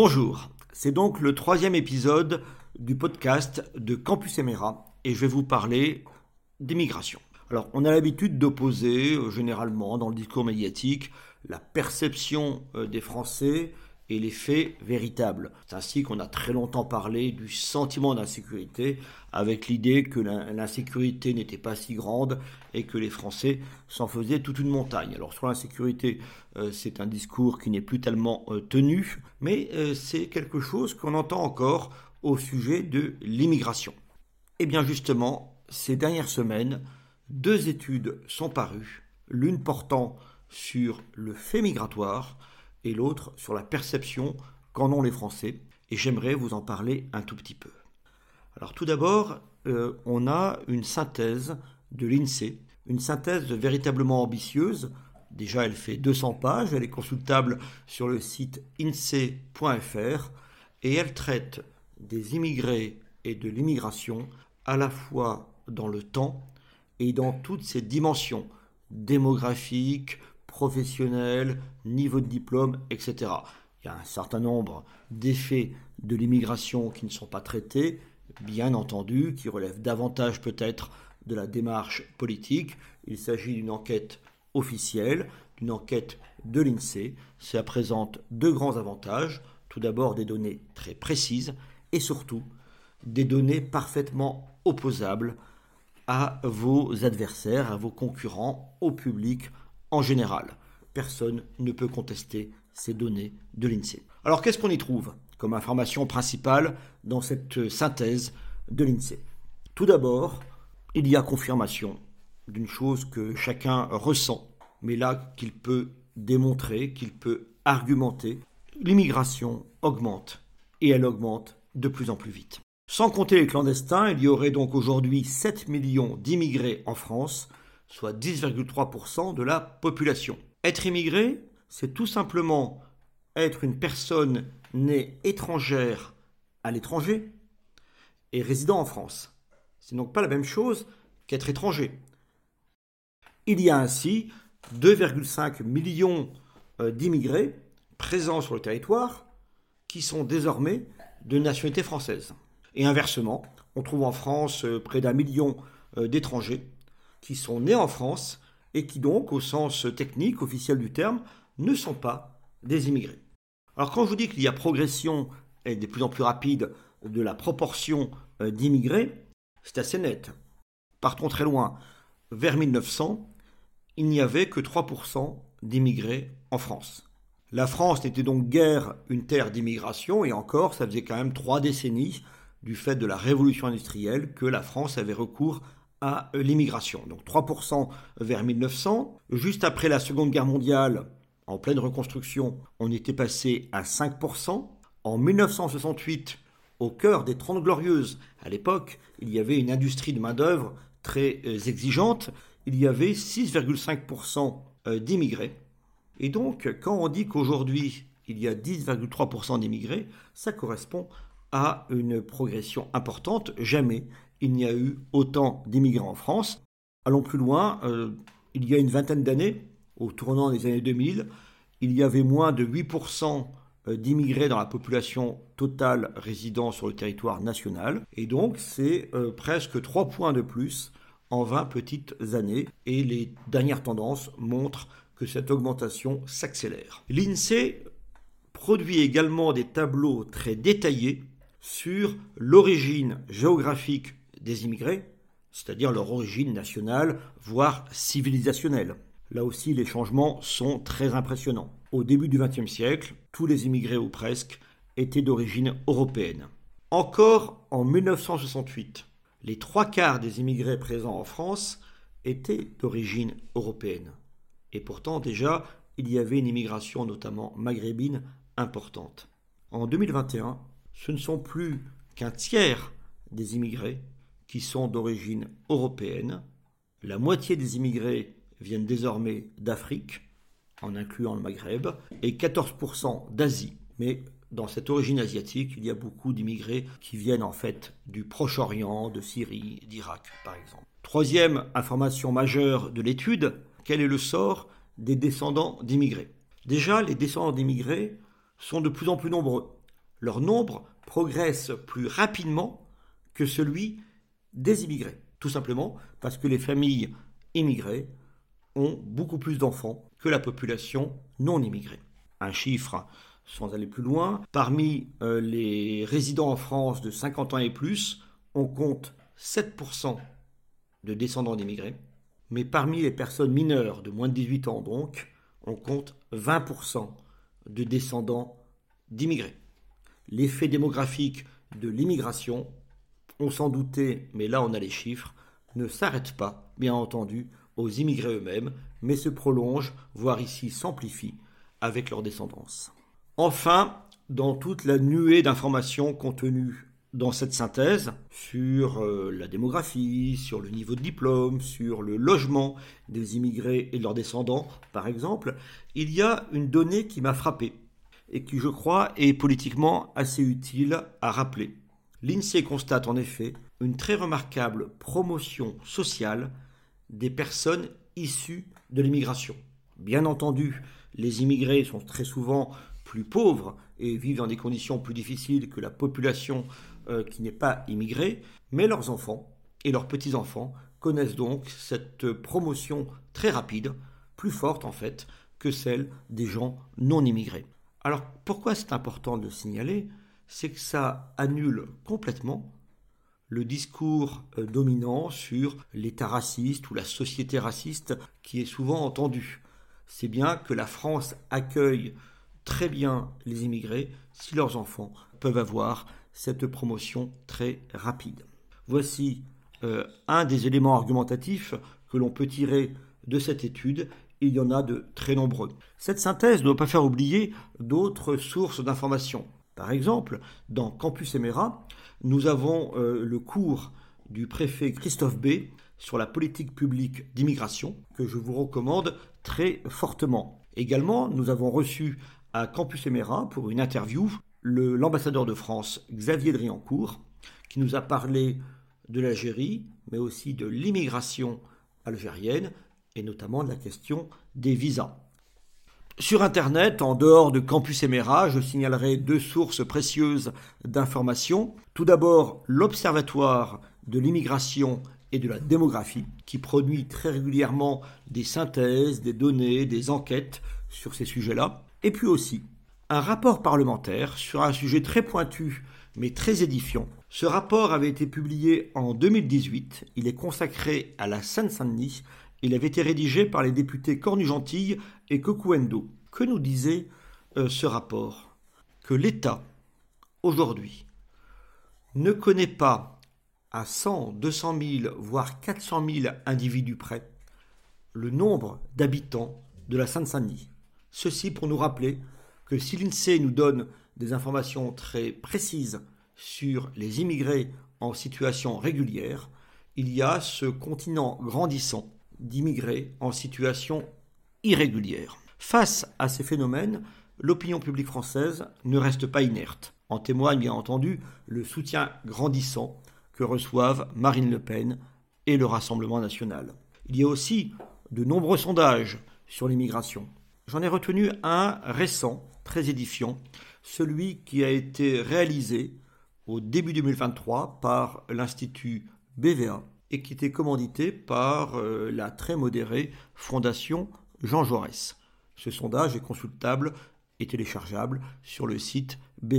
Bonjour, c'est donc le 3e épisode du podcast de Campus Emera et je vais vous parler d'immigration. Alors, on a l'habitude d'opposer généralement dans le discours médiatique la perception des Français et les faits véritables. C'est ainsi qu'on a très longtemps parlé du sentiment d'insécurité avec l'idée que l'insécurité n'était pas si grande et que les Français s'en faisaient toute une montagne. Alors sur l'insécurité, c'est un discours qui n'est plus tellement tenu, mais c'est quelque chose qu'on entend encore au sujet de l'immigration. Et bien justement, ces dernières semaines, 2 études sont parues, l'une portant sur le fait migratoire et l'autre sur la perception qu'en ont les Français, et j'aimerais vous en parler un tout petit peu. Alors tout d'abord, on a une synthèse de l'INSEE, une synthèse véritablement ambitieuse. Déjà, elle fait 200 pages, elle est consultable sur le site insee.fr, et elle traite des immigrés et de l'immigration à la fois dans le temps et dans toutes ses dimensions démographiques, professionnels, niveau de diplôme, etc. Il y a un certain nombre d'effets de l'immigration qui ne sont pas traités, bien entendu, qui relèvent davantage peut-être de la démarche politique. Il s'agit d'une enquête officielle, d'une enquête de l'INSEE. Ça présente 2 grands avantages. Tout d'abord, des données très précises et surtout, des données parfaitement opposables à vos adversaires, à vos concurrents, au public en général. Personne ne peut contester ces données de l'INSEE. Alors qu'est-ce qu'on y trouve comme information principale dans cette synthèse de l'INSEE ? Tout d'abord, il y a confirmation d'une chose que chacun ressent, mais là qu'il peut démontrer, qu'il peut argumenter. L'immigration augmente, et elle augmente de plus en plus vite. Sans compter les clandestins, il y aurait donc aujourd'hui 7 millions d'immigrés en France, soit 10,3% de la population. Être immigré, c'est tout simplement être une personne née étrangère à l'étranger et résidant en France. C'est donc pas la même chose qu'être étranger. Il y a ainsi 2,5 millions d'immigrés présents sur le territoire qui sont désormais de nationalité française. Et inversement, on trouve en France près d'1 million d'étrangers qui sont nés en France et qui donc, au sens technique, officiel du terme, ne sont pas des immigrés. Alors quand je vous dis qu'il y a progression et de plus en plus rapide de la proportion d'immigrés, c'est assez net. Partons très loin. Vers 1900, il n'y avait que 3% d'immigrés en France. La France n'était donc guère une terre d'immigration, et encore, ça faisait quand même 3 décennies du fait de la révolution industrielle que la France avait recours à l'immigration. Donc 3% vers 1900. Juste après la Seconde Guerre mondiale, en pleine reconstruction, on était passé à 5%. En 1968, au cœur des 30 Glorieuses, à l'époque, il y avait une industrie de main-d'œuvre très exigeante. Il y avait 6,5% d'immigrés. Et donc, quand on dit qu'aujourd'hui, il y a 10,3% d'immigrés, ça correspond à une progression importante. Jamais il n'y a eu autant d'immigrants en France. Allons plus loin, il y a une vingtaine d'années, au tournant des années 2000, il y avait moins de 8% d'immigrés dans la population totale résidant sur le territoire national. Et donc, c'est presque 3 points de plus en 20 petites années. Et les dernières tendances montrent que cette augmentation s'accélère. L'INSEE produit également des tableaux très détaillés sur l'origine géographique des immigrés, c'est-à-dire leur origine nationale, voire civilisationnelle. Là aussi, les changements sont très impressionnants. Au début du XXe siècle, tous les immigrés ou presque étaient d'origine européenne. Encore en 1968, les 3/4 des immigrés présents en France étaient d'origine européenne. Et pourtant, déjà, il y avait une immigration, notamment maghrébine, importante. En 2021, ce ne sont plus qu'un tiers des immigrés qui sont d'origine européenne. La moitié des immigrés viennent désormais d'Afrique, en incluant le Maghreb, et 14% d'Asie. Mais dans cette origine asiatique, il y a beaucoup d'immigrés qui viennent en fait du Proche-Orient, de Syrie, d'Irak par exemple. Troisième information majeure de l'étude, quel est le sort des descendants d'immigrés ? Déjà, les descendants d'immigrés sont de plus en plus nombreux. Leur nombre progresse plus rapidement que celui des immigrés. Tout simplement parce que les familles immigrées ont beaucoup plus d'enfants que la population non immigrée. Un chiffre, sans aller plus loin, parmi les résidents en France de 50 ans et plus, on compte 7% de descendants d'immigrés, mais parmi les personnes mineures de moins de 18 ans donc, on compte 20% de descendants d'immigrés. L'effet démographique de l'immigration, on s'en doutait, mais là on a les chiffres, ne s'arrête pas, bien entendu, aux immigrés eux-mêmes, mais se prolonge, voire ici s'amplifie, avec leur descendance. Enfin, dans toute la nuée d'informations contenues dans cette synthèse, sur la démographie, sur le niveau de diplôme, sur le logement des immigrés et de leurs descendants, par exemple, il y a une donnée qui m'a frappé et qui, je crois, est politiquement assez utile à rappeler. L'INSEE constate en effet une très remarquable promotion sociale des personnes issues de l'immigration. Bien entendu, les immigrés sont très souvent plus pauvres et vivent dans des conditions plus difficiles que la population qui n'est pas immigrée, mais leurs enfants et leurs petits-enfants connaissent donc cette promotion très rapide, plus forte en fait, que celle des gens non immigrés. Alors pourquoi c'est important de le signaler ? C'est que ça annule complètement le discours dominant sur l'État raciste ou la société raciste qui est souvent entendu. C'est bien que la France accueille très bien les immigrés si leurs enfants peuvent avoir cette promotion très rapide. Voici un des éléments argumentatifs que l'on peut tirer de cette étude. Il y en a de très nombreux. Cette synthèse ne doit pas faire oublier d'autres sources d'informations. Par exemple, dans Campus Emera, nous avons le cours du préfet Christophe B sur la politique publique d'immigration que je vous recommande très fortement. Également, nous avons reçu à Campus Emera pour une interview l'ambassadeur de France Xavier Driancourt qui nous a parlé de l'Algérie mais aussi de l'immigration algérienne et notamment de la question des visas. Sur Internet, en dehors de Campus Emera, je signalerai deux sources précieuses d'informations. Tout d'abord, l'Observatoire de l'immigration et de la démographie, qui produit très régulièrement des synthèses, des données, des enquêtes sur ces sujets-là. Et puis aussi, un rapport parlementaire sur un sujet très pointu, mais très édifiant. Ce rapport avait été publié en 2018. Il est consacré à la Seine-Saint-Denis. Il avait été rédigé par les députés Cornu-Gentille et Cocuendo. Que nous disait ce rapport ? Que l'État, aujourd'hui, ne connaît pas à 100, 200 000, voire 400 000 individus près, le nombre d'habitants de la Seine-Saint-Denis. Ceci pour nous rappeler que si l'INSEE nous donne des informations très précises sur les immigrés en situation régulière, il y a ce continent grandissant d'immigrés en situation irrégulière. Face à ces phénomènes, l'opinion publique française ne reste pas inerte. En témoigne bien entendu le soutien grandissant que reçoivent Marine Le Pen et le Rassemblement national. Il y a aussi de nombreux sondages sur l'immigration. J'en ai retenu un récent, très édifiant, celui qui a été réalisé au début 2023 par l'Institut BVA et qui était commandité par la très modérée Fondation Jean Jaurès. Ce sondage est consultable et téléchargeable sur le site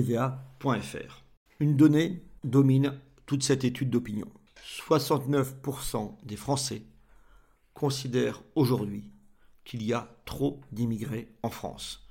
bva.fr. Une donnée domine toute cette étude d'opinion. 69% des Français considèrent aujourd'hui qu'il y a trop d'immigrés en France.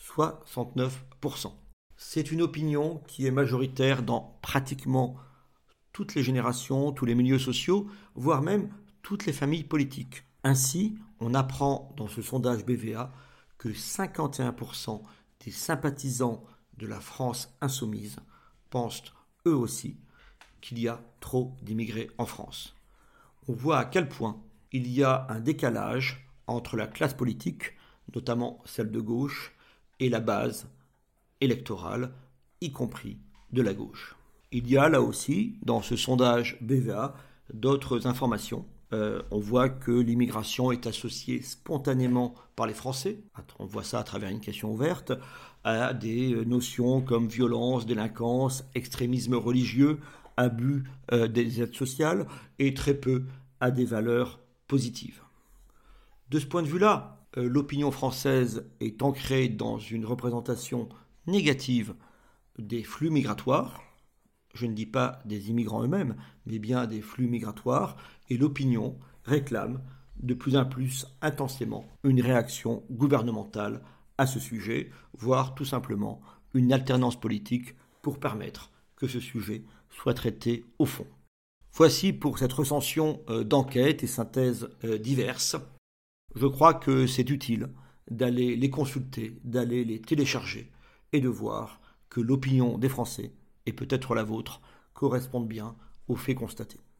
69%. C'est une opinion qui est majoritaire dans pratiquement toutes les générations, tous les milieux sociaux, voire même toutes les familles politiques. Ainsi, on apprend dans ce sondage BVA que 51% des sympathisants de la France insoumise pensent eux aussi qu'il y a trop d'immigrés en France. On voit à quel point il y a un décalage entre la classe politique, notamment celle de gauche, et la base électorale, y compris de la gauche. Il y a là aussi, dans ce sondage BVA, d'autres informations On voit que l'immigration est associée spontanément par les Français, on voit ça à travers une question ouverte, à des notions comme violence, délinquance, extrémisme religieux, abus des aides sociales, et très peu à des valeurs positives. De ce point de vue-là, l'opinion française est ancrée dans une représentation négative des flux migratoires. Je ne dis pas des immigrants eux-mêmes, mais bien des flux migratoires, et l'opinion réclame de plus en plus intensément une réaction gouvernementale à ce sujet, voire tout simplement une alternance politique pour permettre que ce sujet soit traité au fond. Voici pour cette recension d'enquêtes et synthèses diverses. Je crois que c'est utile d'aller les consulter, d'aller les télécharger et de voir que l'opinion des Français, et peut-être la vôtre, correspondent bien aux faits constatés.